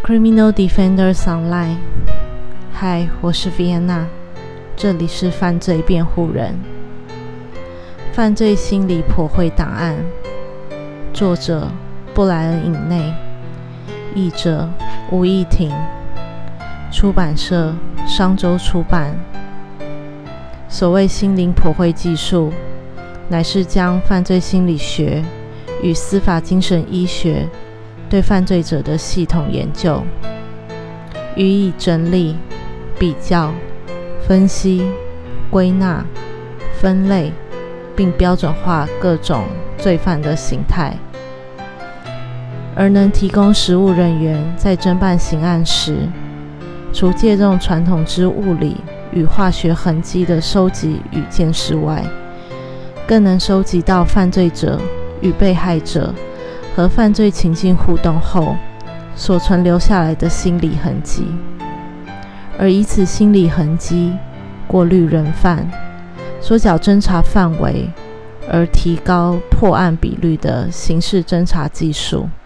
Criminal Defenders Online。 嗨，我是 Vienna， 这里是犯罪辩护人。犯罪心理剖绘档案，作者布莱恩·尹内，译者吴义婷，出版社商周出版。所谓心灵剖绘技术，乃是将犯罪心理学与司法精神医学对犯罪者的系统研究，予以整理、比较、分析、归纳、分类，并标准化各种罪犯的形态，而能提供实务人员在侦办刑案时，除借重传统之物理与化学痕迹的收集与见识外，更能收集到犯罪者与被害者和犯罪情境互动后所存留下来的心理痕迹，而以此心理痕迹过滤人犯，缩小侦查范围，而提高破案比率的刑事侦查技术。